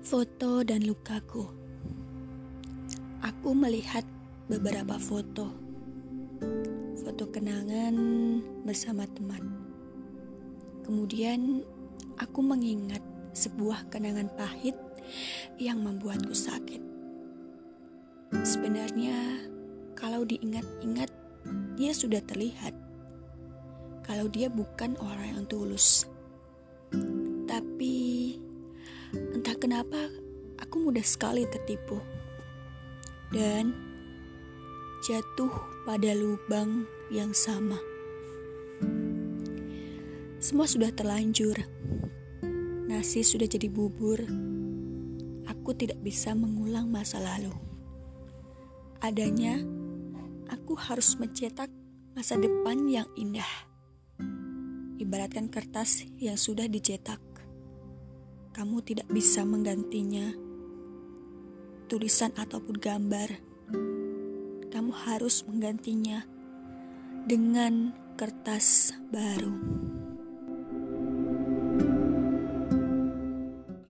Foto dan lukaku. Aku melihat beberapa foto kenangan bersama teman. Kemudian aku mengingat sebuah kenangan pahit yang membuatku sakit. Sebenarnya kalau diingat-ingat, dia sudah terlihat kalau dia bukan orang yang tulus. Tapi entah kenapa aku mudah sekali tertipu dan jatuh pada lubang yang sama. Semua sudah terlanjur, nasi sudah jadi bubur. Aku tidak bisa mengulang masa lalu. Adanya, aku harus mencetak masa depan yang indah. Ibaratkan kertas yang sudah dicetak, kamu tidak bisa menggantinya. Tulisan ataupun gambar, kamu harus menggantinya dengan kertas baru.